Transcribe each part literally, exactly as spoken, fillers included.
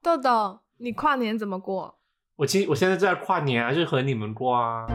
豆豆，你跨年怎么过？ 我今我现在在跨年啊，是和你们过啊。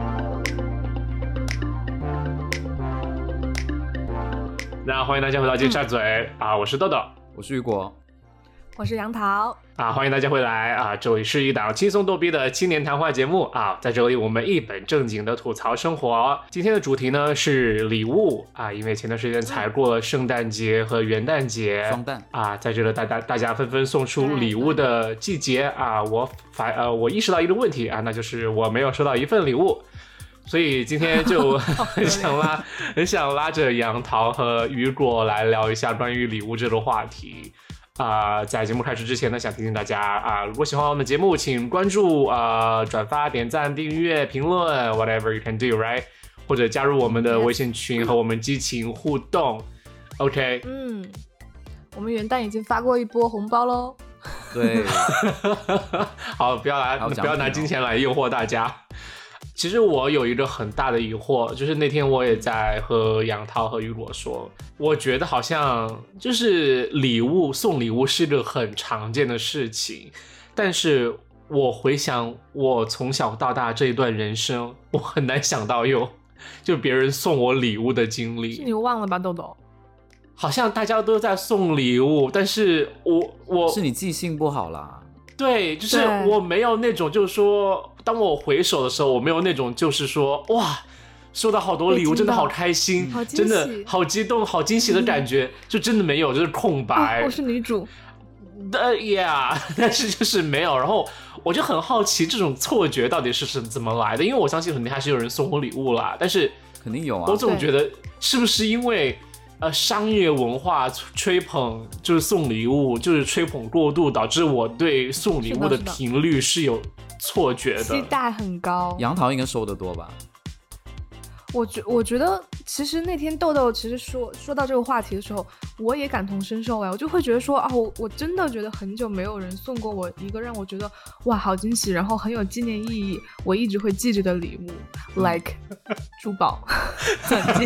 那欢迎大家回到金沙咀、嗯、啊，我是豆豆， 我是雨果， 我是杨桃啊，欢迎大家回来啊！这里是一档轻松逗逼的青年谈话节目啊，在这里我们一本正经的吐槽生活。今天的主题呢是礼物啊，因为前段时间才过了圣诞节和元旦节， 双旦啊，在这个大家大家纷纷送出礼物的季节啊，我发呃我意识到一个问题啊，那就是我没有收到一份礼物。所以今天就很想拉很想拉着杨桃和雨果来聊一下关于礼物这个话题啊、呃。在节目开始之前呢，想提醒大家啊、呃，如果喜欢我们的节目，请关注啊、呃、转发、点赞、订阅、评论 ，whatever you can do, right？ 或者加入我们的微信群和我们激情互动。OK， 嗯，我们元旦已经发过一波红包喽。 对， 好，不要来不要拿金钱来诱惑大家。其实我有一个很大的疑惑，就是那天我也在和杨涛和雨果说，我觉得好像就是礼物送礼物是个很常见的事情，但是我回想我从小到大这一段人生，我很难想到有就别人送我礼物的经历。 是你忘了吧，豆豆？ 好像大家都在送礼物，但是我我是你记性不好啦。 对，就是我没有那种就是说当我回首的时候，我没有那种就是说哇收到好多礼物真的好开心、 嗯、 真的好激动好惊喜的感觉、嗯、就真的没有，就是空白、 哦、我是女主呃、uh, yeah 但是就是没有。然后我就很好奇这种错觉到底是怎么来的，因为我相信肯定还是有人送我礼物啦，但是肯定有啊。 我总觉得是不是因为呃，商业文化吹捧就是送礼物，就是吹捧过度，导致我对送礼物的频率是有错觉的， 期待很高。 杨桃应该收得多吧？ 我觉我觉得其实那天豆豆其实说说到这个话题的时候，我也感同身受哎，我就会觉得说啊，我我真的觉得很久没有人送过我一个让我觉得哇好惊喜，然后很有纪念意义，我一直会记着的礼物、嗯、，like 珠宝、钻戒。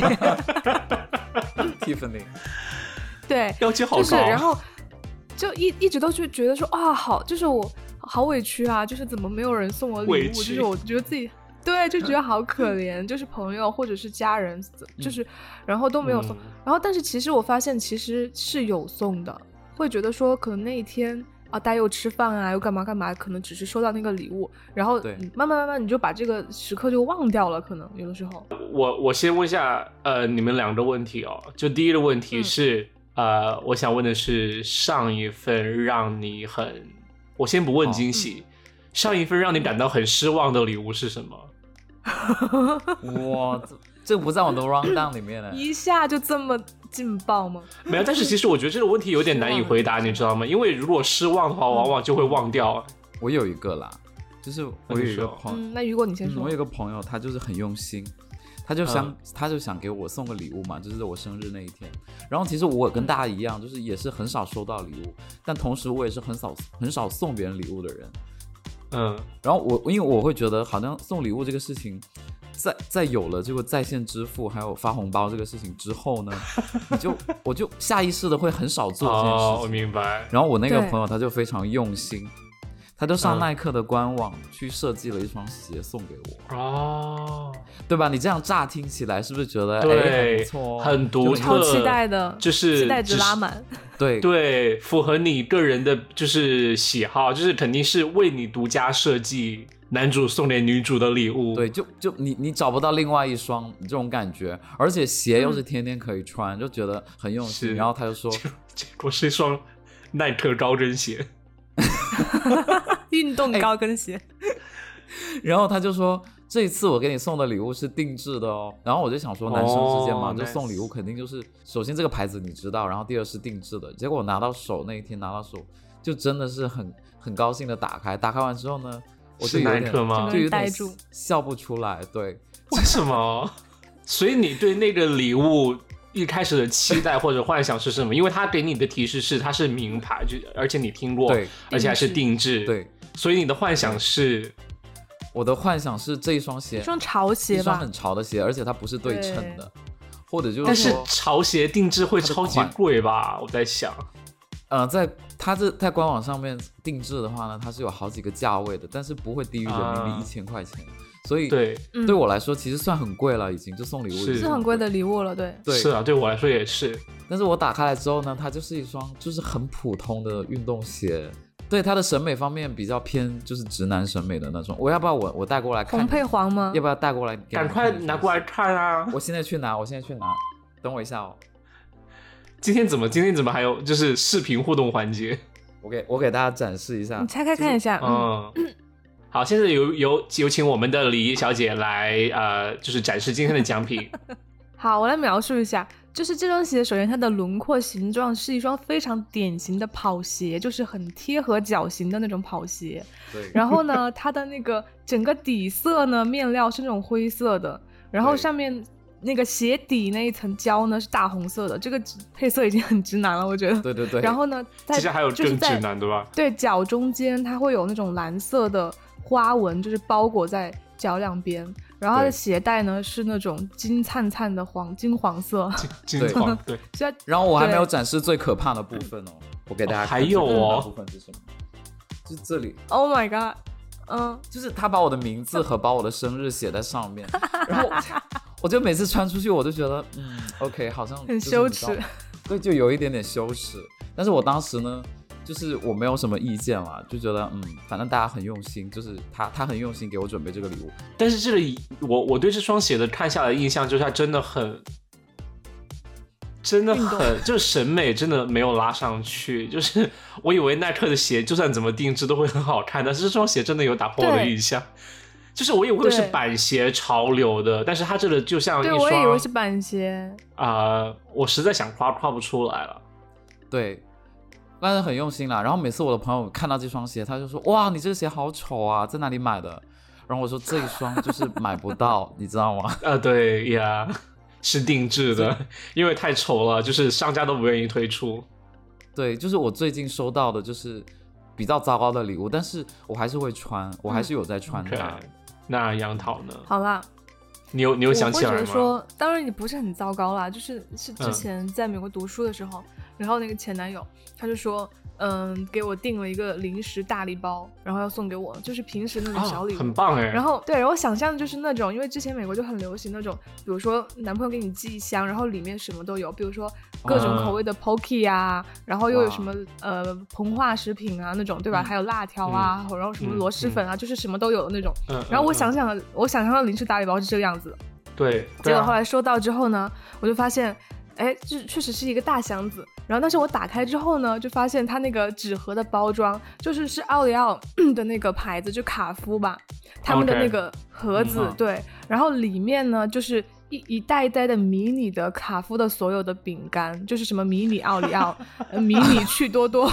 Tiffany 对， 要求好高， 就是然后就一一直都就觉得说啊，好，就是我好委屈啊，就是怎么没有人送我礼物，就是我觉得自己对就觉得好可怜，就是朋友或者是家人，就是、嗯、然后都没有送、嗯，然后但是其实我发现其实是有送的，会觉得说可能那一天啊，大家又吃饭啊，又干嘛干嘛，可能只是收到那个礼物，然后慢慢慢慢你就把这个时刻就忘掉了，可能有的时候。 我我先问一下，呃，你们两个问题哦。就第一个问题是，嗯、呃，我想问的是上一份让你很，我先不问惊喜，哦嗯、上一份让你感到很失望的礼物是什么？ 哇，这这不在我的 rundown 里面呢。 一下就这么劲爆吗？ 没有，但是其实我觉得这个问题有点难以回答，你知道吗？因为如果失望的话，往往就会忘掉。 我有一个啦，就是我有一个朋友， 嗯、那如果你先说、 嗯，我有一个朋友，他就是很用心，他就想、嗯、他就想给我送个礼物嘛，就是我生日那一天。然后其实我跟大家一样，就是也是很少收到礼物，但同时我也是很少很少送别人礼物的人。 嗯， 然后我因为我会觉得好像送礼物这个事情，在在有了这个在线支付还有发红包这个事情之后呢，你就我就下意识的会很少做这件事情。 哦，我明白。 然后我那个朋友他就非常用心，他就上耐克的官网去设计了一双鞋送给我。 哦， 对吧？你这样乍听起来是不是觉得对、 哎、很不错、哦、 很独特， 超期待的， 就是期待值拉满。 对对，符合你个人的就是喜好，就是肯定是为你独家设计男主送给女主的礼物。 对，就就你你找不到另外一双这种感觉，而且鞋又是天天可以穿，嗯、就觉得很用心。然后他就说， 结果是一双耐克高跟鞋， 运动高跟鞋。 然后他就说，这一次我给你送的礼物是定制的哦。然后我就想说，男生之间嘛， oh, 就送礼物肯定就是首先这个牌子你知道，然后第二是定制的。结果我拿到手那一天拿到手，就真的是很很高兴的打开。打开完之后呢，我就有点是耐克吗？ 就有点笑不出来。对， 为什么？所以你对那个礼物一开始的期待或者幻想是什么？因为他给你的提示是它是名牌，就而且你听过， 对， 而且还是定制， 对， 所以你的幻想是。 我的幻想是这一双鞋， 一双潮鞋吧， 一双很潮的鞋，而且它不是对称的，或者就是说， 但是潮鞋定制会超级贵吧？我在想， 呃，在它这在官网上面定制的话呢，它是有好几个价位的，但是不会低于人民币一千块钱。所以对对我来说其实算很贵了，已经就送礼物是是很贵的礼物了，对对是啊，对我来说也是。 但是我打开来之后呢，它就是一双就是很普通的运动鞋，对它的审美方面比较偏就是直男审美的那种。我要不要我我带过来看？ 红配黄吗？ 要不要带过来？ 赶快拿过来看啊！ 我现在去拿，我现在去拿，等我一下哦。 今天怎么今天怎么还有就是视频互动环节？ 我给我给大家展示一下， 你拆开看一下。 嗯。嗯好，现在有有有请我们的礼仪小姐来，呃，就是展示今天的奖品。 好，我来描述一下，就是这双鞋，首先它的轮廓形状是一双非常典型的跑鞋，就是很贴合脚型的那种跑鞋。 对。 然后呢，它的那个整个底色呢，面料是那种灰色的，然后上面那个鞋底那一层胶呢是大红色的，这个配色已经很直男了，我觉得。 对对对。 然后呢， 其实还有更直男的吧？ 对，脚中间它会有那种蓝色的花纹，就是包裹在脚两边，然后它的鞋带呢是那种金灿灿的黄金黄色， 金金黄对。 然后我还没有展示最可怕的部分哦，我给大家看、 哦、还有哦， 部分是什么？就这里。 Oh my god！ 嗯， 就是他把我的名字和把我的生日写在上面，然后我就每次穿出去，我就觉得嗯 ，OK， 好像很羞耻， 对，就有一点点羞耻。但是我当时呢。就是我没有什么意见啦，就觉得嗯，反正大家很用心，就是他他很用心给我准备这个礼物。 但是这里我我对这双鞋的看下来的印象就是它真的很，真的很就是审美真的没有拉上去。就是我以为耐克的鞋就算怎么定制都会很好看，但是这双鞋真的有打破我的印象。就是我以为是板鞋潮流的，但是它这个就像一双， 对，我也以为是板鞋啊、呃，我实在想夸夸不出来了。 对。但是很用心啦，然后每次我的朋友看到这双鞋，他就说哇你这个鞋好丑啊，在哪里买的？然后我说这一双就是买不到你知道吗？ 啊对呀，是定制的，因为太丑了，就是商家都不愿意推出。 对，就是我最近收到的就是比较糟糕的礼物，但是我还是会穿，我还是有在穿它、 嗯 okay. 那杨桃呢？ 好啦， 你有你有想起来吗？ 我会觉得说，当然你不是很糟糕啦，就是是之前在美国读书的时候、嗯、然后那个前男友他就说嗯，给我订了一个零食大礼包，然后要送给我，就是平时那种小礼物、 哦、很棒哎。 然后对，然后想象的就是那种，因为之前美国就很流行那种，比如说男朋友给你寄一箱，然后里面什么都有，比如说各种口味的 Pocky 啊、嗯、然后又有什么呃膨化食品啊那种，对吧、嗯、还有辣条啊、嗯、然后什么螺蛳粉啊、嗯、就是什么都有的那种、嗯、然后我想想的、嗯、我想象的零食大礼包是这个样子。 对， 结果后来收到之后呢，我就发现哎，这确实是一个大箱子。然后但是我打开之后呢，就发现它那个纸盒的包装就是是奥利奥的那个牌子，就卡夫吧，他们的那个盒子、okay. 对，然后里面呢就是一一袋一袋的迷你的卡夫的所有的饼干，就是什么迷你奥利奥迷你趣多多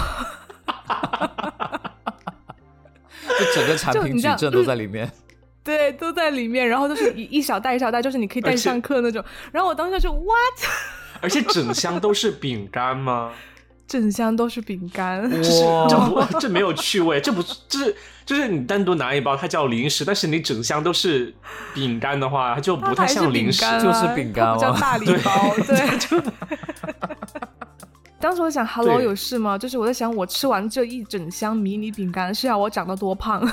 就整个产品矩阵都在里面对，都在里面，然后都是一一小袋一小袋，就是你可以带上课那种。然后我当时就 what？ 而且整箱都是饼干吗？ 整箱都是饼干， 这是这不这没有趣味，这不就是就是你单独拿一包它叫零食，但是你整箱都是饼干的话，它就不太像零食， 啊、 就是饼干， 不叫大礼包，对。对当时我想 ，Hello， 有事吗？就是我在想，我吃完这一整箱迷你饼干是要我长得多胖？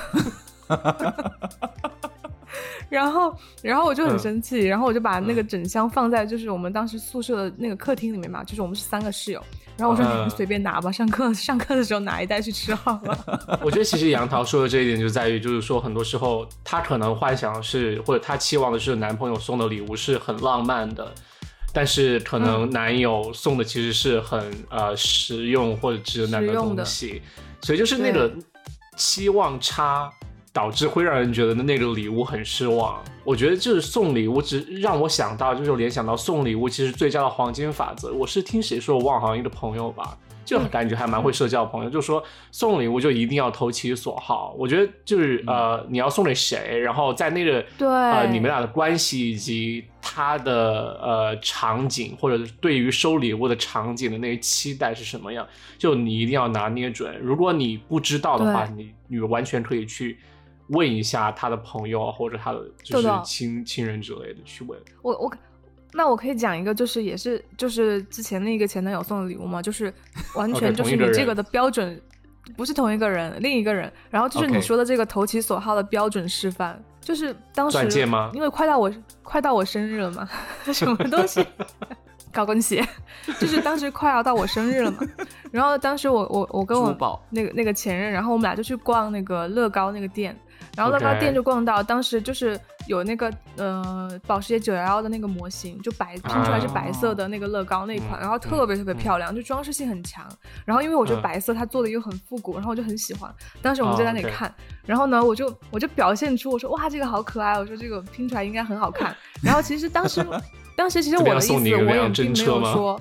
然后然后我就很生气、嗯、然后我就把那个整箱放在就是我们当时宿舍的那个客厅里面嘛，就是我们是三个室友，然后我说你们随便拿吧、嗯、上课上课的时候拿一袋去吃好了。 我觉得其实杨桃说的这一点就在于就是说很多时候他可能幻想是或者他期望的是男朋友送的礼物是很浪漫的，但是可能男友送的其实是很、嗯、呃实用或者直男的东西，所以就是那个期望差导致会让人觉得那个礼物很失望。我觉得就是送礼物只让我想到就是联想到送礼物其实最佳的黄金法则，我是听谁说，我忘好像一个朋友吧，就感觉还蛮会社交的朋友、嗯、就说送礼物就一定要投其所好。我觉得就是呃你要送给谁，然后在那个对呃你们俩的关系以及他的呃场景或者对于收礼物的场景的那个期待是什么样，就你一定要拿捏准。如果你不知道的话，你你完全可以去问一下他的朋友或者他的就是亲亲人之类的去问。 我我那我可以讲一个，就是也是就是之前那个前男友送的礼物嘛，就是完全就是你这个的标准。Okay, 不是同一个人，另一个人。然后就是你说的这个投其所好的标准示范， okay. 就是当时钻戒吗？ 因为快到我快到我生日了嘛，什么东西？高跟鞋，就是当时快要到我生日了嘛。然后当时我我我跟我那个那个前任，然后我们俩就去逛那个乐高那个店。然后乐高店就逛到， okay. 当时就是有那个呃保时捷九一一的那个模型，就白拼出来是白色的那个乐高那一款， uh, 然后特别特别漂亮， uh, 就装饰性很强。然后因为我觉得白色它做的又很复古， uh, 然后我就很喜欢。当时我们就在那里看， uh, okay. 然后呢我就我就表现出我说哇这个好可爱，我说这个拼出来应该很好看。然后其实当时当时其实我的意思我也并没有说。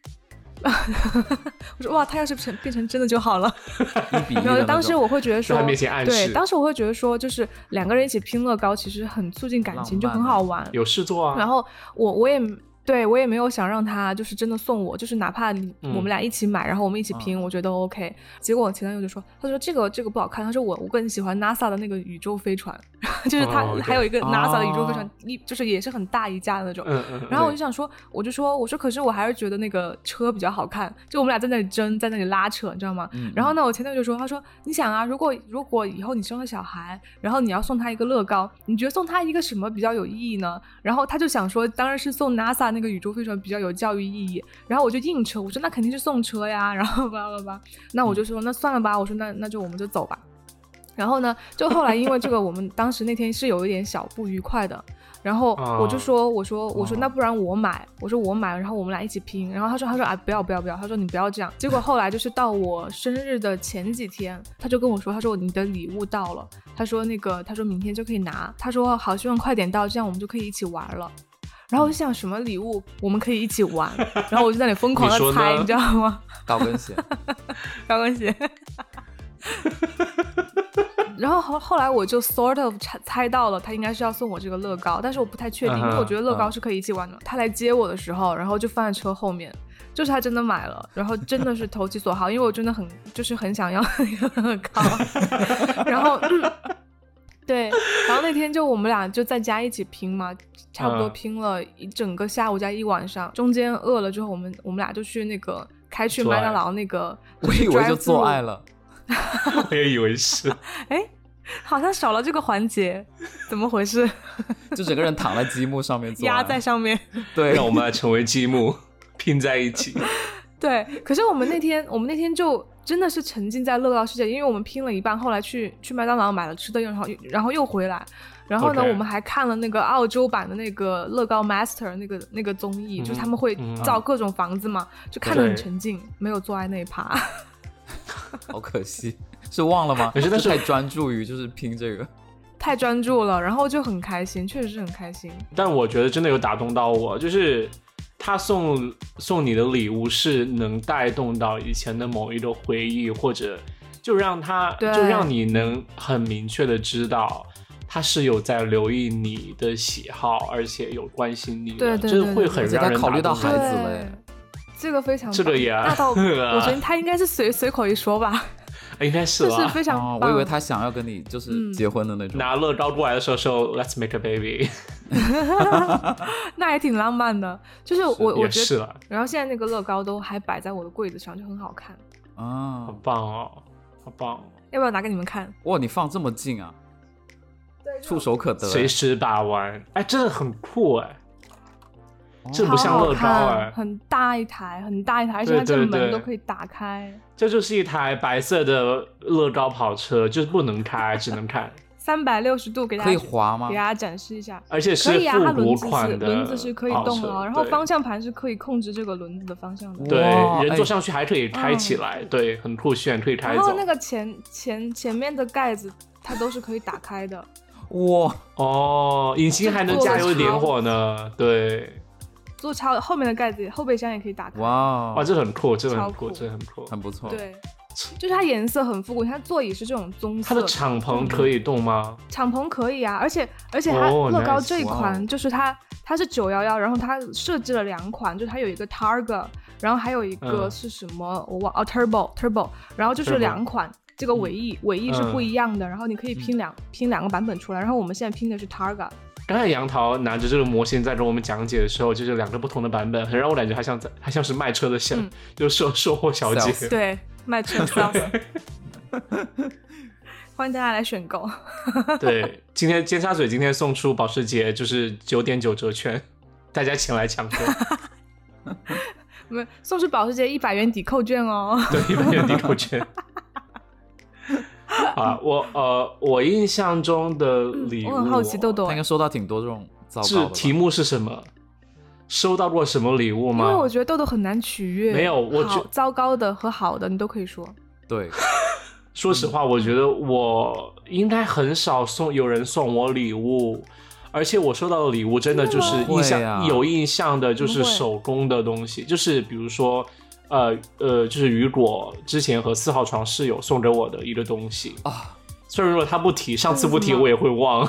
我说哇他要是变成真的就好了。然后当时我会觉得说对当时我会觉得说就是两个人一起拼乐高其实很促进感情，就很好玩， 有事做啊。 然后我我也对我也没有想让他就是真的送我，就是哪怕我们俩一起买、嗯、然后我们一起拼、嗯、我觉得 OK。 结果我前男友就说，他说这个这个不好看，他说我我更喜欢 NASA 的那个宇宙飞船，就是他、oh, okay. 还有一个 NASA 的宇宙飞船、oh. 就是也是很大一架的那种、嗯嗯、然后我就想说我就说我说可是我还是觉得那个车比较好看，就我们俩在那里争在那里拉扯你知道吗、嗯、然后呢我前男友就说，他说你想啊，如果如果以后你生了小孩，然后你要送他一个乐高，你觉得送他一个什么比较有意义呢？然后他就想说当然是送 NASA 那个宇宙飞船比较有教育意义。然后我就硬扯，我说那肯定是送车呀，然后吧吧吧，那我就说那算了吧，我说那那就我们就走吧。然后呢就后来因为这个我们当时那天是有一点小不愉快的，然后我就说我说我说那不然我买，我说我买，然后我们俩一起拼。然后他说他说啊不要不要不要，他说你不要这样。结果后来就是到我生日的前几天，他就跟我说，他说你的礼物到了，他说那个他说明天就可以拿，他说好希望快点到，这样我们就可以一起玩了。然后我就想什么礼物我们可以一起玩，然后我就在那里疯狂的猜 你, 你知道吗？ 高跟鞋高跟鞋然后后后来我就 sort of 猜到了他应该是要送我这个乐高，但是我不太确定、uh-huh, 因为我觉得乐高是可以一起玩的、uh-huh. 他来接我的时候然后就放在车后面，就是他真的买了，然后真的是投其所好因为我真的很就是很想要那个乐高然后、嗯对，然后那天就我们俩就在家一起拼嘛，差不多拼了一整个下午加一晚上、嗯、中间饿了之后我们我们俩就去那个开去麦当劳那个， 我以为就做爱了我也以为是哎，好像少了这个环节，怎么回事就整个人躺在积木上面做爱， 压在上面， 对，让我们来成为积木拼在一起对，可是我们那天我们那天就真的是沉浸在乐高世界，因为我们拼了一半，后来去去麦当劳买了吃的，然后然后又回来，然后呢、okay. 我们还看了那个澳洲版的那个乐高 Master 那个那个综艺、嗯、就是他们会造各种房子嘛、嗯、就看得很沉浸，没有做爱那一趴好可惜，是忘了吗？可是但是太专注于就是拼这个， 太专注了，然后就很开心，确实是很开心。 但我觉得真的有打动到我，就是他送送你的礼物是能带动到以前的某一个回忆，或者就让他就让你能很明确的知道他是有在留意你的喜好，而且有关心你的， 对对对对， 这会很让人考虑到孩子了。 这个非常棒， 这个也、啊、 大到我觉得他应该是随随口一说吧应该是吧， 就是非常棒、 哦、我以为他想要跟你就是结婚的那种、嗯、 拿乐高过来的时候说 Let's make a baby 那还挺浪漫的，就是我是我觉得是了， 然后现在那个乐高都还摆在我的柜子上，就很好看啊， 好棒哦，好棒、哦、 要不要拿给你们看？ 哇，你放这么近啊， 对， 触手可得， 随时把玩，哎，真的很酷哎，这不像乐高哎， 很大一台，很大一台，而且它这个门都可以打开。 这就是一台白色的乐高跑车，就是不能开，只能看。 三百六十度给大家可以滑吗？ 给大家展示一下， 而且是复古款的， 轮子是可以动的，然后方向盘是可以控制这个轮子的方向的。 对，人坐上去还可以开起来，嗯、对，很酷炫，可以开走。 然后那个前前前面的盖子，它都是可以打开的。 哇哦，引擎还能加油点火呢，对。 做超后面的盖子，后备箱也可以打开。 哇哇，这很酷，这很酷，这很酷， 很不错。 对，就是它颜色很复古，它座椅是这种棕色。 它的敞篷可以动吗？ 敞篷可以啊，而且而且它乐高这一款就是它、oh, nice. 它是九一一，然后它设计了两款，就是它有一个 Targa， 然后还有一个是什么、嗯、我忘哦 Turbo Turbo， 然后就是两款。这个尾翼、嗯、尾翼是不一样的、嗯、然后你可以拼两、嗯、拼两个版本出来，然后我们现在拼的是 Targa， 刚才杨桃拿着这个模型在跟我们讲解的时候，就是两个不同的版本，很让我感觉他像在他像是卖车的小，嗯、就是售售货小姐， Sales. 对，卖车 sales。欢迎大家来选购。 对，今天尖沙咀今天送出保时捷就是九点九折券，大家请来抢购。 没送出保时捷一百元抵扣券哦。 对，一百元抵扣券。啊，我呃，我印象中的礼物， 我很好奇豆豆他应该收到挺多这种糟糕的吧。 是题目是什么？收到过什么礼物吗？ 因为我觉得豆豆很难取悦。 没有，我觉糟糕的和好的你都可以说。 对。 说实话，我觉得我应该很少送有人送我礼物，而且我收到的礼物真的就是印象、啊、有印象的，就是手工的东西，就是比如说，呃呃，就是雨果之前和四号床室友送给我的一个东西啊。虽然如果他不提，上次不提我也会忘。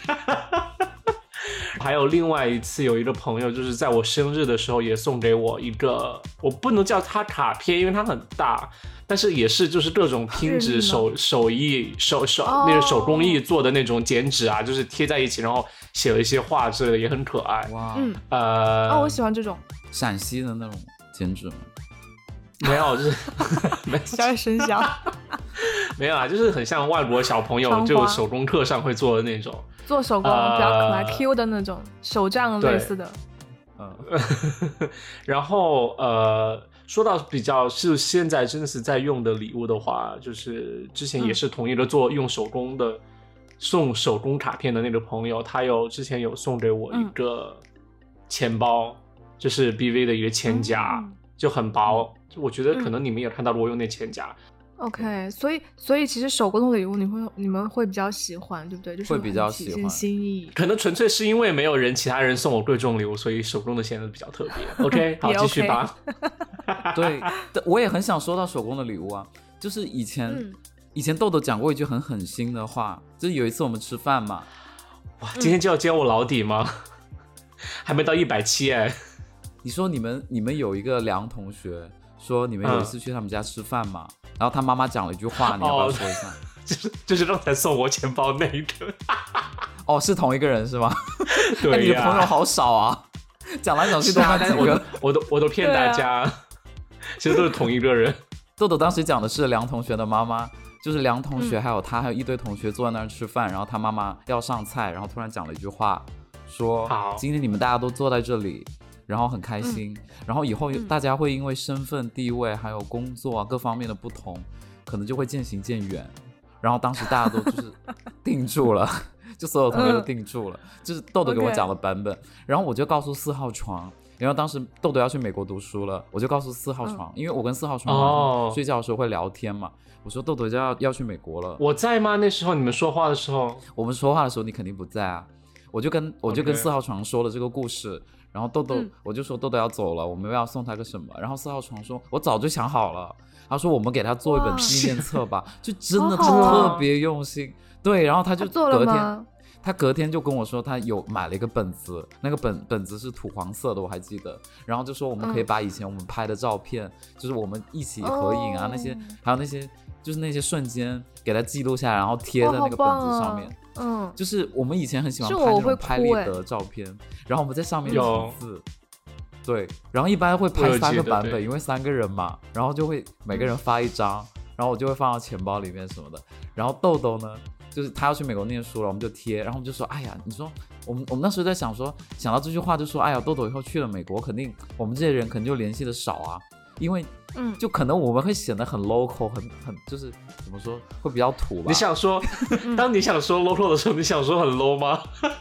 还有另外一次，有一个朋友就是在我生日的时候也送给我一个，我不能叫它卡片，因为它很大。但是也是就是各种拼纸手手艺手手、oh. 那个手工艺做的那种剪纸啊，就是贴在一起，然后写了一些画之类的，也很可爱。 哇， 嗯， 呃， 哦，我喜欢这种陕西的那种剪纸吗？ 没有，就是小野生肖， 没有啊，就是很像外国小朋友就手工课上会做的那种， 做手工、呃、比较可爱 Q 的那种手账类似的。 嗯，然后呃。说到比较是现在真的是在用的礼物的话，就是之前也是同一个做用手工的、嗯、送手工卡片的那个朋友，他有之前有送给我一个钱包，嗯、就是 B V 的一个钱夹，嗯、就很薄，就我觉得可能你们也看到了我用那钱夹。 OK， 所以所以其实手工的礼物你会你们会比较喜欢，对不对？就是会比较喜欢心意。 可能纯粹是因为没有人其他人送我贵重礼物，所以手工的显得比较特别。OK， 好，继续吧。 对，我也很想收到手工的礼物啊。就是以前、嗯、以前豆豆讲过一句很狠心的话，就是有一次我们吃饭嘛， 哇，今天就要揭我老底吗？嗯、还没到一百七哎。 你说你们你们有一个梁同学说你们有一次去他们家吃饭嘛？嗯，然后他妈妈讲了一句话，你要不要说一下？ 哦、就是就是刚才送我钱包那一个。 哦，是同一个人是吗？ 对呀、啊， 你的朋友好少啊，讲来讲去都那几个， 啊、我都我都骗大家，啊、其实都是同一个人。 豆豆当时讲的是梁同学的妈妈，就是梁同学还有他还有一堆同学坐在那儿吃饭，嗯、然后他妈妈要上菜，然后突然讲了一句话，说今天你们大家都坐在这里。然后很开心、嗯、然后以后大家会因为身份地位还有工作啊各方面的不同，可能就会渐行渐远，然后当时大家都就是定住了就所有同学都定住了、嗯、就是豆豆给我讲的版本、okay. 然后我就告诉四号床，因为当时豆豆要去美国读书了，我就告诉四号床、嗯、因为我跟四号床晚上睡觉的时候会聊天嘛、哦、我说豆豆就要要去美国了。 我在吗？那时候你们说话的时候？ 我们说话的时候你肯定不在啊。我就跟我就跟四号床说了这个故事、okay. 然后豆豆、嗯、我就说豆豆要走了，我们要送他个什么，然后四号床说我早就想好了，他说我们给他做一本纪念册吧，就真的是特别用心、哦、对，然后他就隔天他隔天就跟我说他有买了一个本子，那个本本子是土黄色的我还记得，然后就说我们可以把以前我们拍的照片、嗯、就是我们一起合影啊、哦、那些还有那些就是那些瞬间给他记录下来，然后贴在那个本子上面、哦嗯， 就是我们以前很喜欢拍那种拍立得照片，然后我们在上面写字，对，然后一般会拍三个版本，因为三个人嘛，然后就会每个人发一张，然后我就会放到钱包里面什么的。然后豆豆呢，就是他要去美国念书了，我们就贴，然后我们就说，哎呀，你说我们我们那时候在想说，想到这句话就说，哎呀，豆豆以后去了美国，肯定我们这些人肯定就联系的少啊。因为嗯，就可能我们会显得很 local， 很很就是怎么说，会比较土吧。 你想说，当你想说 local 的时候，你想说很 low 吗？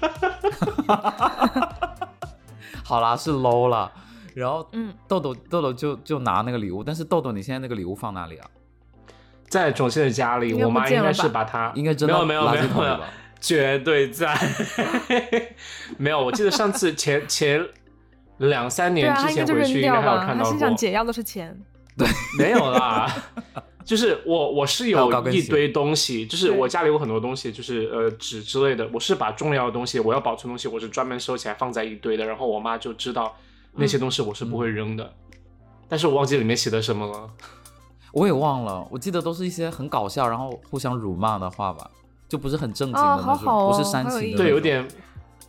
好啦，是 low 了。然后，嗯，豆豆豆豆就就拿那个礼物，但是豆豆你现在那个礼物放哪里啊？ 在种姓的家里，我妈应该是把它， 应该真的没有没有没有没有，绝对在。没有，我记得上次前前。两三年之前回去应该还有看到过， 他心想解药都是钱。 对， 没有啦，就是我我是有一堆东西，就是我家里有很多东西，就是呃纸之类的，我是把重要的东西，我要保存的东西，我是专门收起来放在一堆的，然后我妈就知道那些东西我是不会扔的，嗯、但是我忘记里面写的什么了。 我也忘了，我记得都是一些很搞笑，然后互相辱骂的话吧，就不是很正经的那种， 哦好好哦、 不是煽情的那种， 对，有点。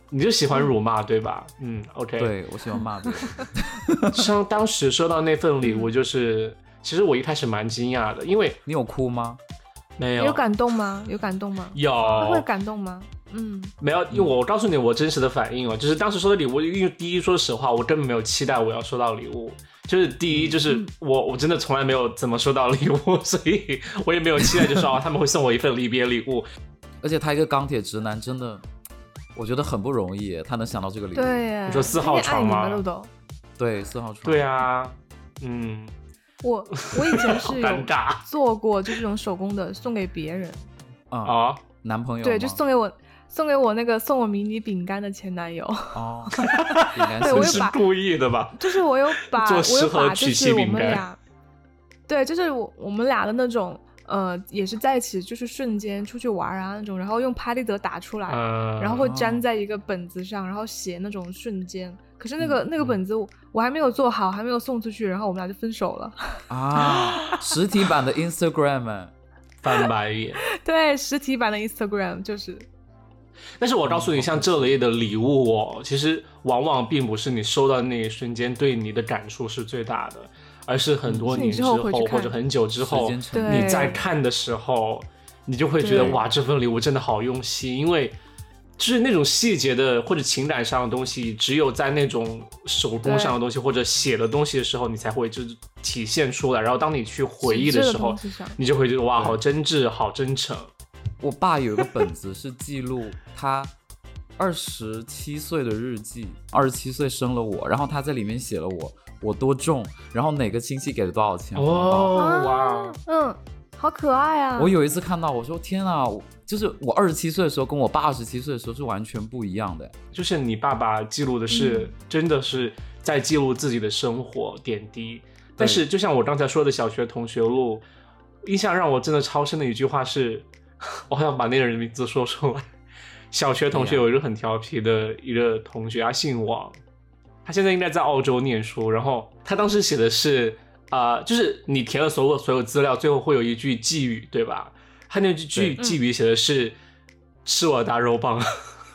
你就喜欢辱骂对吧？嗯 ，OK， 对我喜欢骂别人。 像当时收到那份礼物，就是其实我一开始蛮惊讶的，因为你有哭吗？ 没有。 有感动吗？有感动吗？ 有。 会感动吗？嗯， 没有，因为我告诉你我真实的反应哦，就是当时收到礼物，因为第一说实话，我根本没有期待我要收到礼物。就是第一，就是我、嗯、我真的从来没有怎么收到礼物，所以我也没有期待，就说、哦、他们会送我一份离别礼物。 而且他一个钢铁直男，真的，我觉得很不容易，他能想到这个礼物。 对， 你说四号床吗？ 对，四号床。 对啊，嗯， 我我以前是有做过，就这种手工的，送给别人。 啊、嗯哦，男朋友？ 对，就送给我。送给我那个送我迷你饼干的前男友哦， 对，我有把是故意的吧？ 就是我有把做我有把曲就是我们俩，对，就是我我们俩的那种呃，也是在一起，就是瞬间出去玩啊那种，然后用拍立得打出来， 呃、 然后会粘在一个本子上，然后写那种瞬间。可是那个、嗯、那个本子我我还没有做好，还没有送出去，然后我们俩就分手了啊！实体版的 Instagram 翻白眼， 对，实体版的 Instagram 就是。 但是我告诉你，像这类的礼物哦，其实往往并不是你收到的那一瞬间对你的感触是最大的，而是很多年之后或者很久之后你再看的时候，你就会觉得哇，这份礼物真的好用心，因为就是那种细节的或者情感上的东西，只有在那种手工上的东西或者写的东西的时候，你才会就是体现出来。然后当你去回忆的时候，你就会觉得哇，好真挚，好真诚。 我爸有一个本子是记录他二十七岁的日记，二十七岁生了我，然后他在里面写了我我多重，然后哪个亲戚给了多少钱。 哦，哇， 嗯，好可爱啊！ 我有一次看到，我说天啊，就是我二十七岁的时候跟我爸二十七岁的时候是完全不一样的。 就是你爸爸记录的是、嗯、真的是在记录自己的生活点滴，但是就像我刚才说的小学同学录，印象让我真的超深的一句话是，我好想把那个人的名字说出来。小学同学有一个很调皮的一个同学，他姓王，他现在应该在澳洲念书。然后他当时写的是，呃，就是你填了所有所有资料，最后会有一句寄语，对吧？他那句寄语写的是“吃我大肉棒”。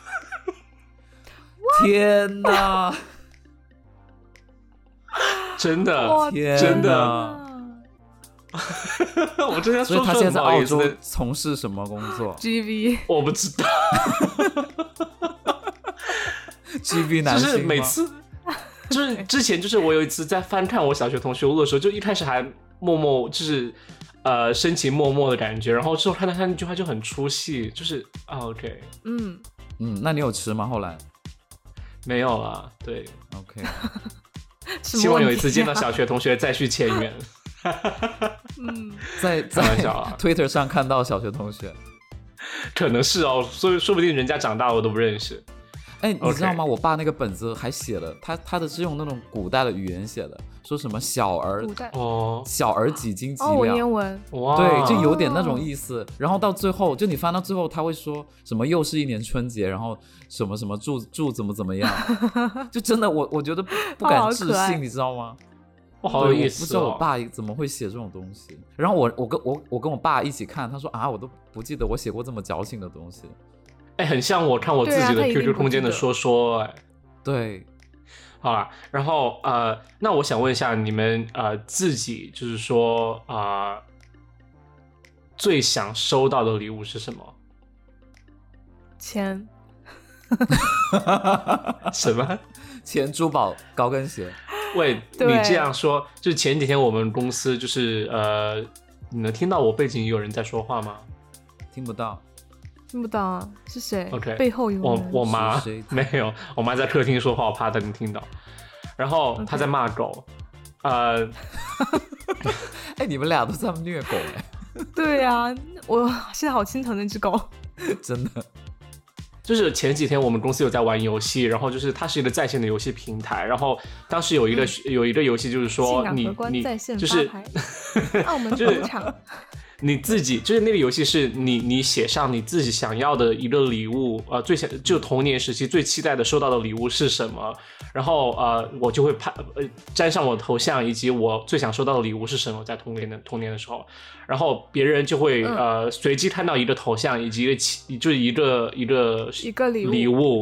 天哪！ 真的，真的。我真的说， 所以他现在在澳洲从事什么工作 ？G V， 我不知道。 G V 男性吗？ 就是每次，就是之前就是我有一次在翻看我小学同学录的时候，就一开始还默默就是呃深情脉脉的感觉，然后之后看到他那句话就很出戏，就是啊 OK， 嗯嗯，那你有吃吗？后来没有了，对 ，OK， 希望有一次见到小学同学再续前缘。 嗯， 在在 Twitter 上看到小学同学， 可能是哦，所以说不定人家长大了我都不认识。 哎，你知道吗？ Okay. 我爸那个本子还写了，他他的是用那种古代的语言写的，说什么小儿哦， 小儿几斤几两， 哦，文言文， 哇， 对，就有点那种意思。然后到最后，就你翻到最后，他会说什么又是一年春节，然后什么什么祝祝怎么怎么样，就真的我我觉得不敢置信，你知道吗？ 哦、好有意思、哦！ 我不知道我爸怎么会写这种东西。然后我我跟我我跟我爸一起看，他说啊，我都不记得我写过这么矫情的东西。 哎，很像我看我自己的 Q Q 空间的说说，哎、啊， 对， 好啦，然后呃，那我想问一下你们呃自己，就是说啊、呃，最想收到的礼物是什么？ 钱。 什么？ 钱、珠宝、高跟鞋。 喂，你这样说，就是前几天我们公司就是呃，你能听到我背景有人在说话吗？ 听不到， 听不到啊，是谁 ？OK， 背后有人。 我我妈没有，我妈在客厅说话，我怕她能听到。然后她在骂狗， okay. 呃， 哎，你们俩都在虐狗哎。 对呀、啊，我现在好心疼那只狗， 真的。 就是前几天我们公司有在玩游戏，然后就是它是一个在线的游戏平台，然后当时有一个、嗯、有一个游戏就是说你你就是澳门赌场， 你自己就是那个游戏是你你写上你自己想要的一个礼物，呃，最想就童年时期最期待的收到的礼物是什么，然后呃我就会拍呃粘上我的头像以及我最想收到的礼物是什么，在童年的童年的时候，然后别人就会、嗯、呃随机看到一个头像以及一个就是一个一个一个礼物， 礼物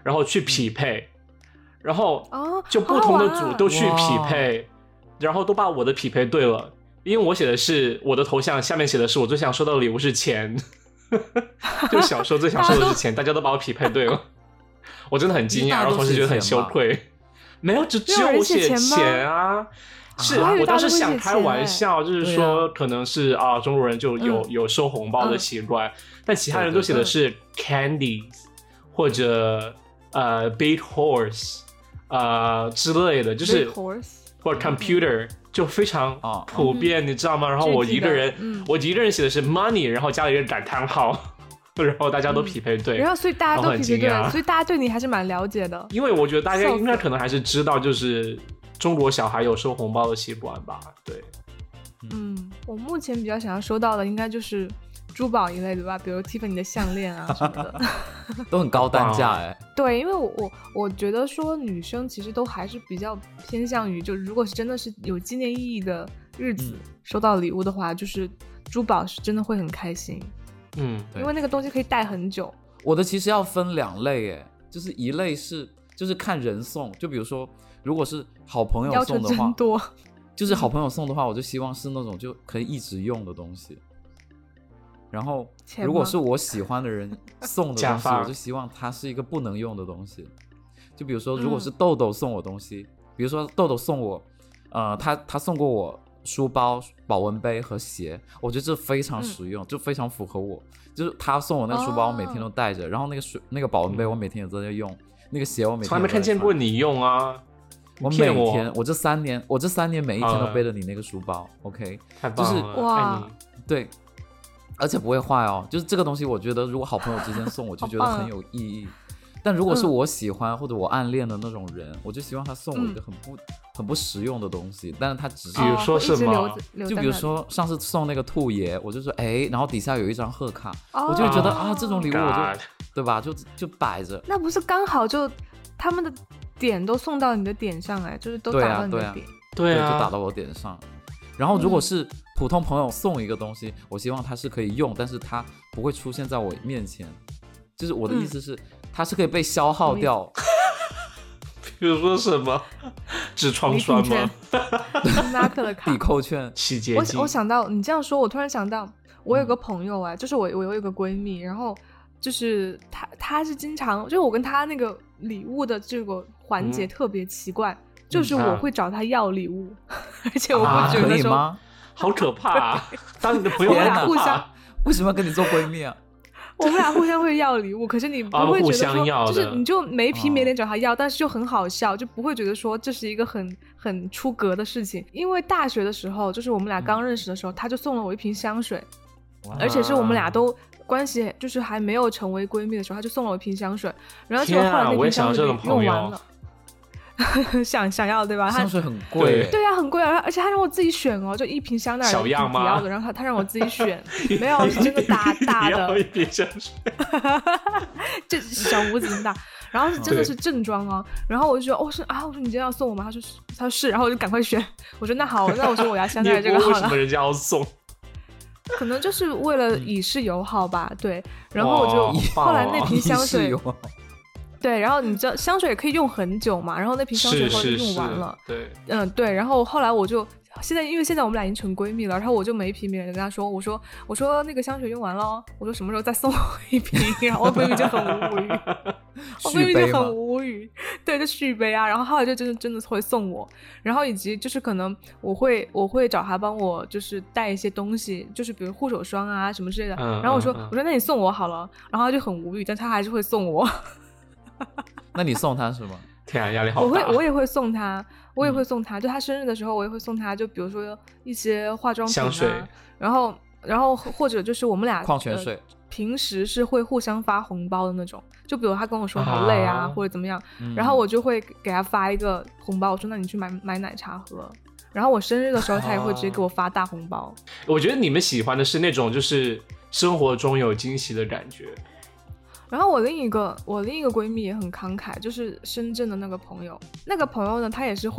然后去匹配，然后哦， 就不同的组好好都去匹配，然后都把我的匹配对了，因为我写的是我的头像下面写的是我最想收到的礼物是钱，就小时候最想收的是钱，大家都把我匹配对了，我真的很惊讶，然后同时觉得很羞愧。没有，只只有我写钱啊。是啊，我当时想开玩笑，就是说可能是啊，中国人就有、嗯、有收红包的习惯、嗯，但其他人都写的是 candies 或者呃 big horse 呃之类的，就是或者 computer、嗯、就非常普遍、嗯，你知道吗？然后我一个人、嗯，我一个人写的是 money， 然后加了一个感叹号。然后大家都匹配对、 嗯，然后所以大家都匹配对，所以大家对你还是蛮了解的。 因为我觉得大家应该可能还是知道，就是中国小孩有收红包的习惯吧。对， 嗯，我目前比较想要收到的应该就是珠宝一类的吧，比如 Tiffany 的项链啊什么的， 都很高单价哎。 对，因为我我我觉得说女生其实都还是比较偏向于，就如果是真的是有纪念意义的日子、嗯、收到礼物的话，就是珠宝是真的会很开心。 嗯， 因为那个东西可以戴很久。 我的其实要分两类耶，就是一类是就是看人送，就比如说如果是好朋友送的话， 要求真多。 就是好朋友送的话，我就希望是那种就可以一直用的东西。然后如果是我喜欢的人送的东西，我就希望它是一个不能用的东西。就比如说，如果是豆豆送我东西，嗯、比如说豆豆送我，呃，他他送过我。书包、保温杯和鞋，我觉得这非常实用、嗯、就非常符合我。就是他送我那个书包我每天都带着、哦、然后那个水那个保温杯我每天也在用、嗯、那个鞋我每天从来没看见过你用啊。 我每天 我, 我这三年我这三年每一天都背着你那个书包、嗯、OK 太棒了， 就是哇对，而且不会坏哦。就是这个东西我觉得如果好朋友之间送我就觉得很有意义但如果是我喜欢、嗯、或者我暗恋的那种人，我就希望他送我一个很不、嗯、很不实用的东西，但是他只是比如说什么， 就比如说上次送那个兔爷，我就说哎，然后底下有一张贺卡、哦、我就觉得啊这种礼物我就、oh、对吧，就就摆着， 那不是刚好就他们的点都送到你的点上哎，就是都打到你的点， 对啊，对啊，对，就打到我点上。然后如果是普通朋友送一个东西、嗯、我希望它是可以用，但是它不会出现在我面前，就是我的意思是、嗯它是可以被消耗掉。 比如说什么痔疮栓吗？ 拉克的卡、 抵扣券、 洗洁剂。 我我想到你这样说，我突然想到，我有个朋友哎、嗯，就是我我有一个闺蜜，然后就是她她是经常，就是我跟她那个礼物的这个环节特别奇怪、嗯，就是我会找她要礼物，嗯、而且我不觉得说、 啊、吗？ 好可怕啊！当你的朋友我俩互相为什么要跟你做闺蜜啊？ 我们俩互相会要礼物，可是你不会觉得说， 啊、 就是你就没皮没脸找他要、哦，但是就很好笑，就不会觉得说这是一个很很出格的事情。因为大学的时候，就是我们俩刚认识的时候，嗯、他就送了我一瓶香水，而且是我们俩都关系就是还没有成为闺蜜的时候，他就送了我一瓶香水，然后结果后来那瓶香水用完了。想想要对吧？ 香水很贵， 对呀、啊，很贵啊！而且他让我自己选哦，就一瓶香奈儿小样吗？ 不要的，然后他他让我自己选，没有是真的大大的， 一瓶香水， 这小拇指这么大，然后是真的是正装哦。然后我就觉得，哦是啊，我说你今天要送我吗？他说是，他说是，然后我就赶快选。我说那好，那我说我要香奈儿这个好了。 为什么人家要送？ 可能就是为了以示友好吧，对。然后我就后来那瓶香水。对，然后你知道香水也可以用很久嘛，然后那瓶香水后来就用完了， 对， 嗯对，然后后来我就现在因为现在我们俩已经成闺蜜了，然后我就没皮没脸跟她说，我说我说那个香水用完了，我说什么时候再送我一瓶，然后我闺蜜就很无语，我闺蜜就很无语，对，就续杯啊，然后后来就真的真的会送我，然后以及就是可能我会我会找她帮我就是带一些东西，就是比如护手霜啊什么之类的，嗯、然后我说、嗯嗯、我说那你送我好了，然后她就很无语，但她还是会送我。 那你送他是吗？ 天啊，压力好大。 我会，我也会送他，我也会送他。嗯、就他生日的时候，我也会送他。就比如说一些化妆品、啊、 香水， 然后，然后或者就是我们俩矿泉水、呃， 平时是会互相发红包的那种。就比如他跟我说好累啊，啊或者怎么样、嗯，然后我就会给他发一个红包，我说那你去买买奶茶喝。然后我生日的时候，他也会直接给我发大红包。 我觉得你们喜欢的是那种就是生活中有惊喜的感觉。 然后我另一个我另一个闺蜜也很慷慨，就是深圳的那个朋友，那个朋友呢，她也是会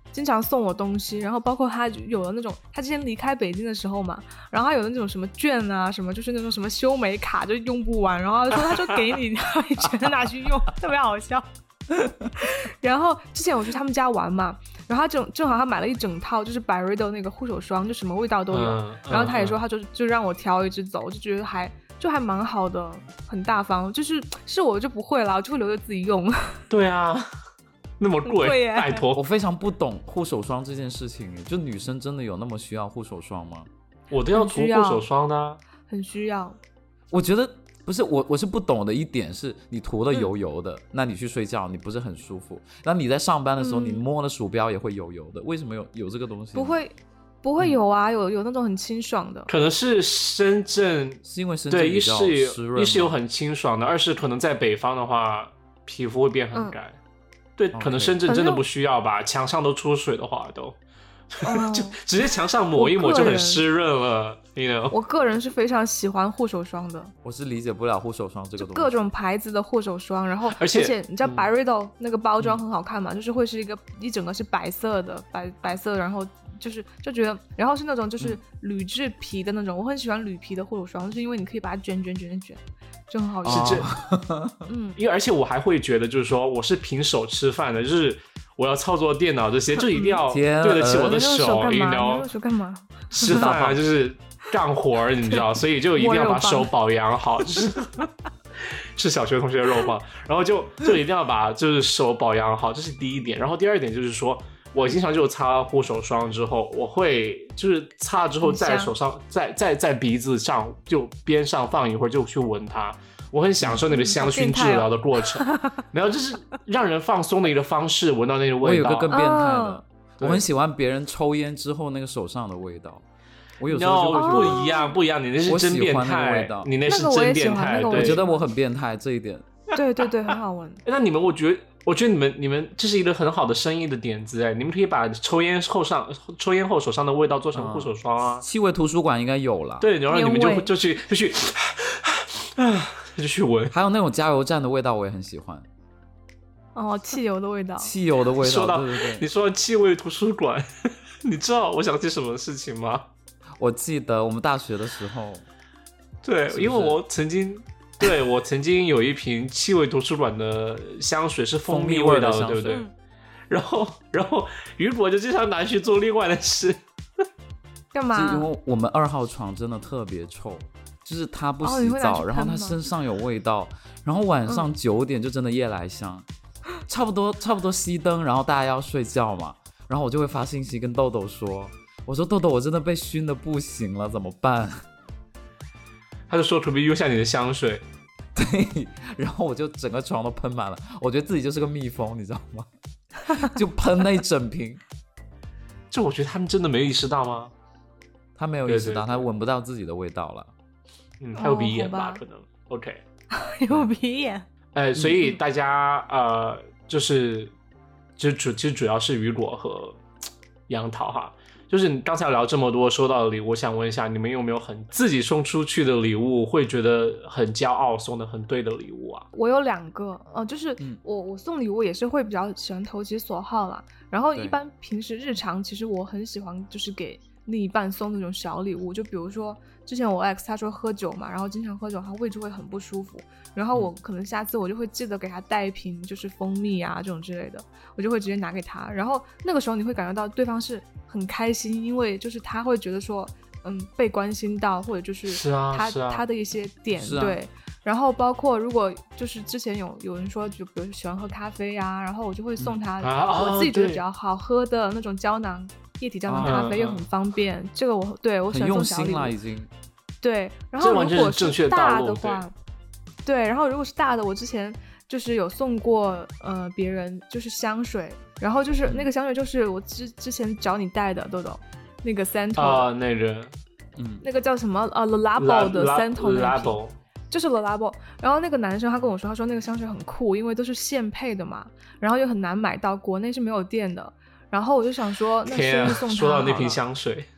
经常送我东西，然后包括他有了那种，他之前离开北京的时候嘛，然后他有那种什么券啊，什么就是那种什么修美卡就用不完，然后他说他说给你，然后你全拿去用，特别好笑。然后之前我去他们家玩嘛，然后他正正好他买了一整套就是百瑞的那个护手霜，就什么味道都有， 嗯、 然后他也说他就就让我挑一支走，我就觉得还就还蛮好的，很大方，就是是我就不会啦，我就会留着自己用。 对啊。那么贵，拜托！ 我非常不懂护手霜这件事情，就女生真的有那么需要护手霜吗？ 我都要涂护手霜的、啊， 很需要。 我觉得不是我，我是不懂的一点是，你涂的油油的、嗯，那你去睡觉你不是很舒服？那你在上班的时候，嗯、你摸了鼠标也会油油的，为什么有有这个东西？ 不会，不会有啊，嗯、有有那种很清爽的。 可能是深圳， 是因为深圳比较湿润， 一是有很清爽的，二是可能在北方的话，皮肤会变很干。嗯对，可能深圳真的不需要吧，墙上都出水的话都，哦、就直接墙上抹一抹就很湿润了。you know? 我个人是非常喜欢护手霜的， 我是理解不了护手霜这个东西， 各种牌子的护手霜，然后而且而且你知道百瑞豆那个包装很好看嘛、嗯，就是会是一个一整个是白色的，白白色，然后就是就觉得，然后是那种就是铝制皮的那种，嗯、我很喜欢铝皮的护手霜，就是因为你可以把它卷卷卷卷。就很好用， 是这，嗯，因为而且我还会觉得，就是说我是凭手吃饭的，就是我要操作电脑这些，就一定要对得起我的手，你知道？ 手干嘛？ 吃饭啊，就是干活，你知道，所以就一定要把手保养好，就是是小学同学的肉棒，然后就就一定要把就是手保养好，这是第一点。然后第二点就是说，我经常就擦护手霜之后，我会就是擦了之后在手上，在在在鼻子上就边上放一会儿，就去闻它。我很享受那个香薰治疗的过程，嗯哦、然后就是让人放松的一个方式，闻到那个味道。 我有个更变态的，哦、我很喜欢别人抽烟之后那个手上的味道。我有时候就会 no, 不一样，不一样，你那是真变态，那你那是真变态。 那我觉得我很变态这一点。 对对对，很好闻。 那你们，我觉得，我觉得你们，你们这是一个很好的生意的点子哎，你们可以把抽烟后上、抽烟后手上的味道做成护手霜啊。 嗯、气味图书馆应该有了。 对，然后你们就就去就去，啊，就去闻。 还有那种加油站的味道，我也很喜欢。 哦，汽油的味道。 汽油的味道。 说到对对对， 你说到气味图书馆，你知道我想起什么事情吗？ 我记得我们大学的时候， 对， 是是因为我曾经，对我曾经有一瓶气味图书馆的香水是蜂蜜味道的，对不对？嗯、然后，然后雨果就经常拿去做另外的事， 干嘛？ 因为我们二号床真的特别臭，就是他不洗澡，哦、然后他身上有味道，然后晚上九点就真的夜来香，嗯、差不多差不多熄灯，然后大家要睡觉嘛，然后我就会发信息跟豆豆说。我说豆豆，我真的被熏得不行了，怎么办？ 他就说可不可以用下你的香水？ 对，然后我就整个床都喷满了，我觉得自己就是个蜜蜂，你知道吗？就喷那一整瓶。 就我觉得他们真的没有意识到吗？ 他没有意识到，对对对，他闻不到自己的味道了。 嗯，他有鼻炎吧？哦、可能。OK。 有鼻炎。 呃，所以大家呃，就是就主其实主要是雨果和杨桃哈。就是你刚才聊这么多收到的礼物，我想问一下，你们有没有很自己送出去的礼物会觉得很骄傲，送的很对的礼物啊？ 我有两个，呃，就是我、嗯、我送礼物也是会比较喜欢投其所好啦。然后一般平时日常，其实我很喜欢就是给另一半送那种小礼物，就比如说之前我 ex 他说喝酒嘛，然后经常喝酒，他胃就会很不舒服，然后我可能下次我就会记得给他带一瓶就是蜂蜜啊这种之类的，我就会直接拿给他，然后那个时候你会感觉到对方是很开心，因为就是他会觉得说嗯被关心到，或者就是他是啊是啊他的一些点、 啊、 对，然后包括如果就是之前有有人说就比如喜欢喝咖啡啊，然后我就会送他、 嗯啊、 我自己觉得比较好喝的那种胶囊液体胶囊咖啡，又很方便、啊、这个我对我喜欢送小礼物，很用心了已经。 对，然后如果是大的话， 对， 对，然后如果是大的，我之前就是有送过呃别人就是香水，然后就是那个香水就是我之之前找你带的豆豆那个 Santo 啊、呃、那人， 嗯， 那个叫什么呃 Le Labo 的 Santo 那瓶， Labo 就是 Le Labo， 然后那个男生他跟我说，他说那个香水很酷，因为都是现配的嘛，然后又很难买到，国内是没有店的。然后我就想说，那生日送他好了。 说到那瓶香水，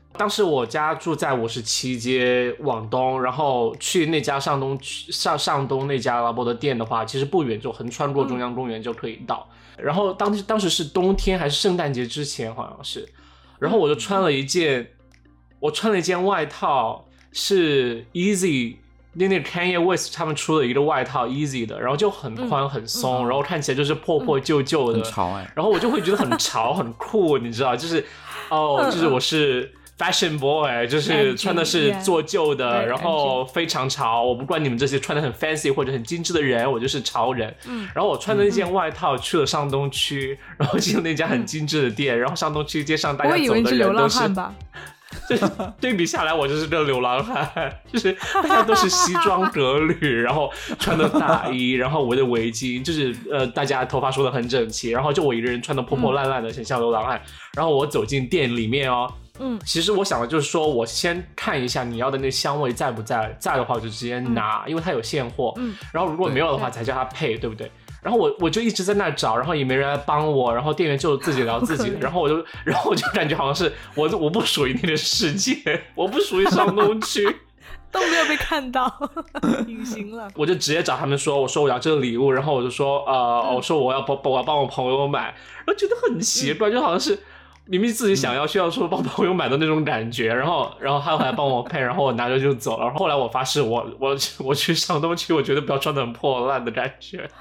当时我家住在五十七街往东，然后去那家上东上上东那家拉波的店的话，其实不远，就横穿过中央公园就可以到。嗯、然后当当时是冬天还是圣诞节之前好像是，然后我就穿了一件，嗯、我穿了一件外套，是 Easy 那那个 Kanye West 他们出了一个外套 Easy 的，然后就很宽很松，嗯、然后看起来就是破破旧旧的， 很潮哎， 然后我就会觉得很潮很酷，你知道，就是哦，就是我是。Fashion boy 就是穿的是做旧的， yeah, 然后非常潮。我不管你们这些穿的很 fancy 或者很精致的人，我就是潮人。嗯，然后我穿的那件外套去了上东区，嗯、然后进了那家很精致的店，嗯、然后上东区街上大家走的人都是。 我以为你是流浪汉吧？ 就是对比下来，我就是个流浪汉，就是大家都是西装革履，然后穿的大衣，然后围的围巾，就是呃，大家头发梳得很整齐，然后就我一个人穿的破破烂烂的，很像流浪汉。然后我走进店里面哦。嗯，其实我想的就是说，我先看一下你要的那香味在不在，在的话我就直接拿，嗯、因为它有现货。嗯，然后如果没有的话才叫他配， 对, 对不对？然后我我就一直在那找，然后也没人来帮我，然后店员就自己聊自己的，然后我就然后我就感觉好像是我我不属于那个世界，我不属于上东区。 都没有被看到，隐形了。 我就直接找他们说，我说我要这个礼物，然后我就说呃，嗯、我说我要帮我要帮我朋友买，然后觉得很奇怪，嗯、就好像是。明明自己想要需要说帮朋友买的那种感觉，然后然后他还帮我配，然后我拿着就走了。然后后来我发誓，我我我去上东区，我绝对不要穿的很破烂的感觉。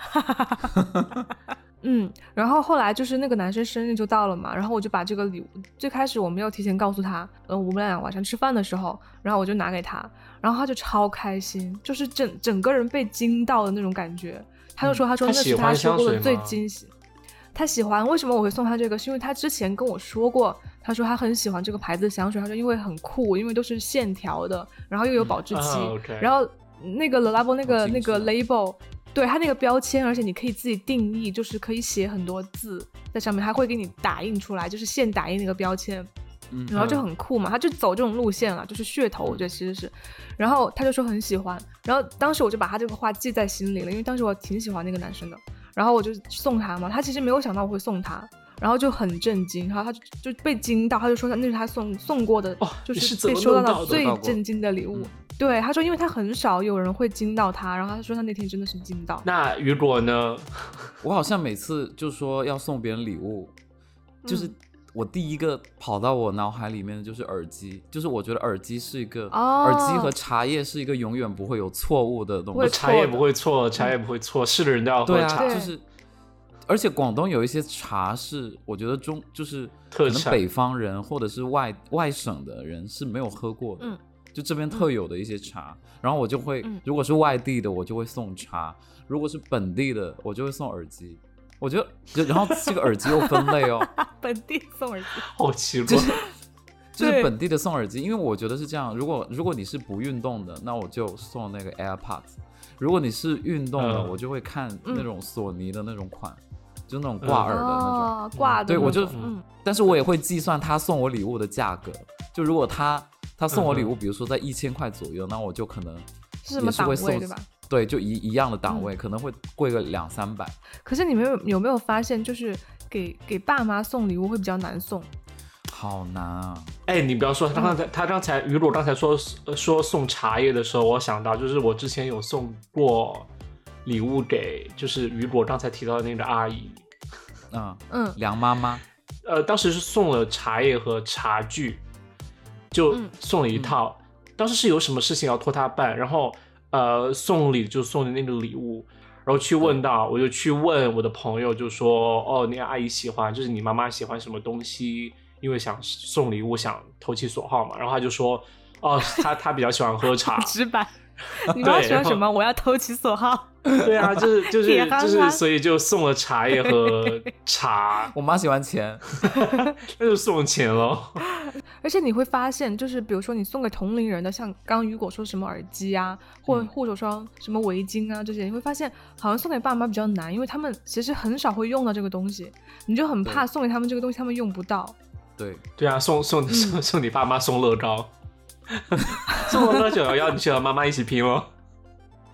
嗯，然后后来就是那个男生生日就到了嘛，然后我就把这个礼物，最开始我没有提前告诉他，嗯，我们俩晚上吃饭的时候，然后我就拿给他，然后他就超开心，就是整整个人被惊到的那种感觉。他就说，他说那是他收过的最惊喜。他喜欢，为什么我会送他这个？是因为他之前跟我说过，他说他很喜欢这个牌子的香水，他说因为很酷，因为都是线条的，然后又有保质期， 嗯 okay、 然后那个 Le Labo 那个那个 label， 对他那个标签，而且你可以自己定义，就是可以写很多字在上面，他会给你打印出来，就是现打印那个标签。然后就很酷嘛，他就走这种路线了，就是噱头，我觉得其实是。然后他就说很喜欢，然后当时我就把他这个话记在心里了，因为当时我挺喜欢那个男生的。然后我就送他嘛，他其实没有想到我会送他，然后就很震惊，然后他就就被惊到，他就说那是他送送过的， 哦、 就是被收到到最震惊的礼物。对，他说因为他很少有人会惊到他，然后他说他那天真的是惊到。 那雨果呢？ 我好像每次就说要送别人礼物，就是我第一个跑到我脑海里面的就是耳机，就是我觉得耳机是一个、哦、耳机和茶叶是一个永远不会有错误的东西。 茶叶不会错，茶叶不会错，是的人都要喝茶。 对啊，就是而且广东有一些茶是我觉得中就是可能北方人或者是外外省的人是没有喝过的、嗯、就这边特有的一些茶、嗯、然后我就会、嗯、如果是外地的我就会送茶，如果是本地的我就会送耳机。我觉得然后这个耳机又分类哦本地送耳机好奇怪、 就是、就是本地的送耳机，因为我觉得是这样，如果如果你是不运动的那我就送那个 AirPods， 如果你是运动的、嗯、我就会看那种索尼的那种款、嗯、就那种挂耳的那种、 哦、挂的对我就、嗯、但是我也会计算他送我礼物的价格，就如果他他送我礼物、嗯、比如说在一千块左右，那我就可能也是会送， 是什么档位对吧？ 对，就一一样的档位、嗯、可能会贵个两三百。 可是你们 有, 有没有发现就是给给爸妈送礼物会比较难送？ 好难啊！ 哎，你不要说他刚才、嗯、他刚才雨果刚才说说送茶叶的时候，我想到就是我之前有送过礼物给就是雨果刚才提到的那个阿姨， 嗯嗯，梁妈妈， 呃，当时是送了茶叶和茶具，就送了一套、嗯、当时是有什么事情要托他办，然后呃送礼就送的那个礼物，然后去问到、嗯、我就去问我的朋友，就说哦那个阿姨喜欢就是你妈妈喜欢什么东西，因为想送礼物想投其所好嘛，然后他就说哦他他比较喜欢喝茶直白，你妈喜欢什么我要投其所好对啊，就是就是就是所以就送了茶叶和茶我妈喜欢钱那就送钱咯。 而且你会发现就是比如说你送给同龄人的，像刚刚雨果说什么耳机啊或者护手霜、嗯、什么围巾啊这些，你会发现好像送给爸妈比较难，因为他们其实很少会用到这个东西，你就很怕送给他们这个东西他们用不到。 对对啊，送送、嗯、送送你爸妈送乐高送乐高九幺幺你去和妈妈一起拼咯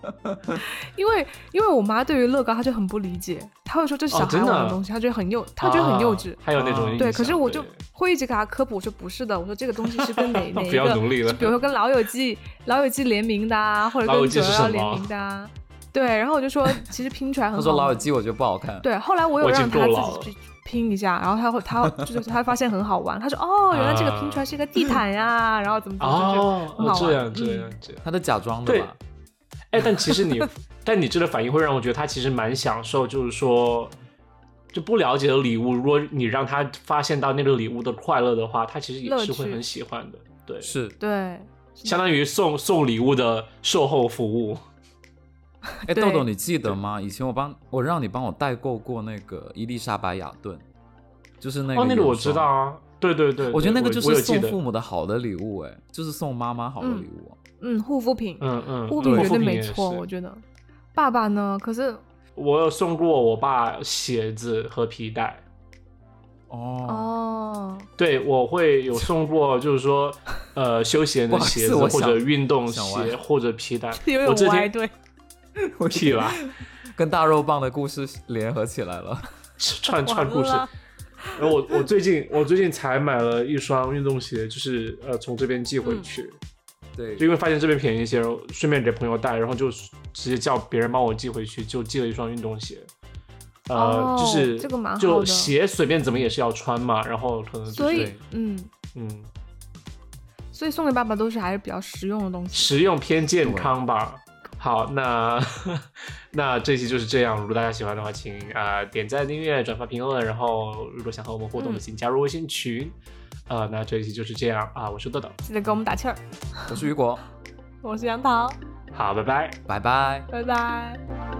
因为因为我妈对于乐高她就很不理解，她会说这是小孩玩的东西，她觉得很幼，她觉得很幼稚。 还有那种对，可是我就会一直给她科普，我说不是的，我说这个东西是跟哪哪一个， 不要努力了， 比如说跟老友记老友记联名的啊，或者跟九幺幺联名的啊。对，然后我就说其实拼出来很好。 他说老友记我觉得不好看。 对，后来我有让他自己去拼一下，然后他会他就是他发现很好玩，他说哦，原来这个拼出来是一个地毯呀，然后怎么怎么就很好玩。 哦，这样这样这样， 他的假装的吧？ 哎，但其实你，但你这个反应会让我觉得他其实蛮享受，就是说，就不了解的礼物，如果你让他发现到那个礼物的快乐的话，他其实也是会很喜欢的。对， 是， 对， 相当于送送礼物的售后服务。 哎，豆豆，你记得吗？以前我帮我让你帮我代购过那个伊丽莎白雅顿，就是那个哦，那个我知道啊，对对 对, 对， 我觉得那个就是送父母的好的礼物，哎，就是送妈妈好的礼物。 嗯，护肤品， 嗯嗯， 护肤品绝对没错，我觉得。爸爸呢？可是我有送过我爸鞋子和皮带。 哦哦， 对，我会有送过，就是说，呃，休闲的鞋子或者运动鞋或者皮带。 我这天对。 我气了， 跟大肉棒的故事联合起来了， 串串故事。然后我我最近我最近才买了一双运动鞋，就是呃从这边寄回去。 嗯、对， 就因为发现这边便宜一些，然后顺便给朋友带，然后就直接叫别人帮我寄回去，就寄了一双运动鞋。呃， 哦、 就是这个蛮好的， 就鞋随便怎么也是要穿嘛，然后可能、就是、 所以嗯嗯， 所以送给爸爸都是还是比较实用的东西， 实用偏健康吧。好，那那这期就是这样。如果大家喜欢的话，请啊、呃、点赞、订阅、转发、评论。然后，如果想和我们互动的，请加入微信群。啊、嗯呃，那这一期就是这样啊。我是豆豆， 记得给我们打气儿。 我是雨果， 我是杨桃。 好，拜拜， 拜拜， 拜拜。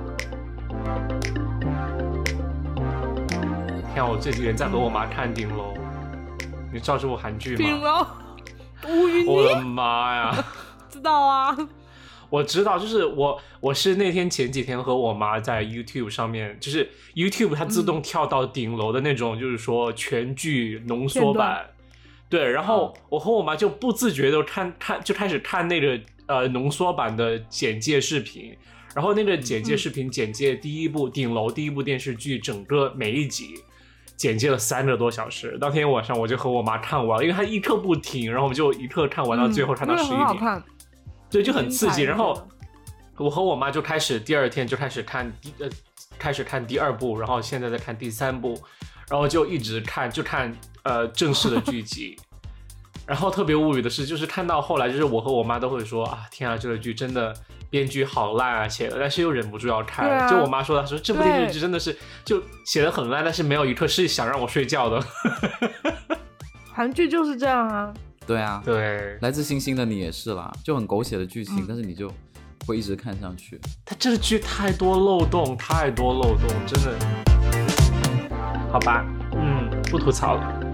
看我这几天在和我妈看顶楼，你知道这部韩剧吗？ 顶楼，无语你。 我的妈呀！ 知道啊。 我知道，就是我，我是那天前几天和我妈在 YouTube 上面，就是 YouTube 它自动跳到顶楼的那种，嗯、就是说全剧浓缩版，对，然后我和我妈就不自觉的看看，就开始看那个呃浓缩版的简介视频，然后那个简介视频简介第一部、嗯、顶楼第一部电视剧整个每一集简介了三个多小时，当天晚上我就和我妈看完，因为它一刻不停，然后我们就一刻看完到最后看到十一点。 嗯，很好看。 对，就很刺激。然后我和我妈就开始第二天就开始看第呃开始看第二部，然后现在在看第三部，然后就一直看就看呃正式的剧集。然后特别无语的是，就是看到后来，就是我和我妈都会说啊，天啊，这个剧真的编剧好烂啊，写的，但是又忍不住要看。啊、就我妈说，她说这部电视剧真的是就写的很烂，但是没有一刻是想让我睡觉的。 韩剧就是这样啊。 对啊， 对， 来自星星的你也是啦，就很狗血的剧情，嗯、但是你就会一直看上去。 它这个剧太多漏洞，太多漏洞，真的。好吧，嗯，不吐槽了。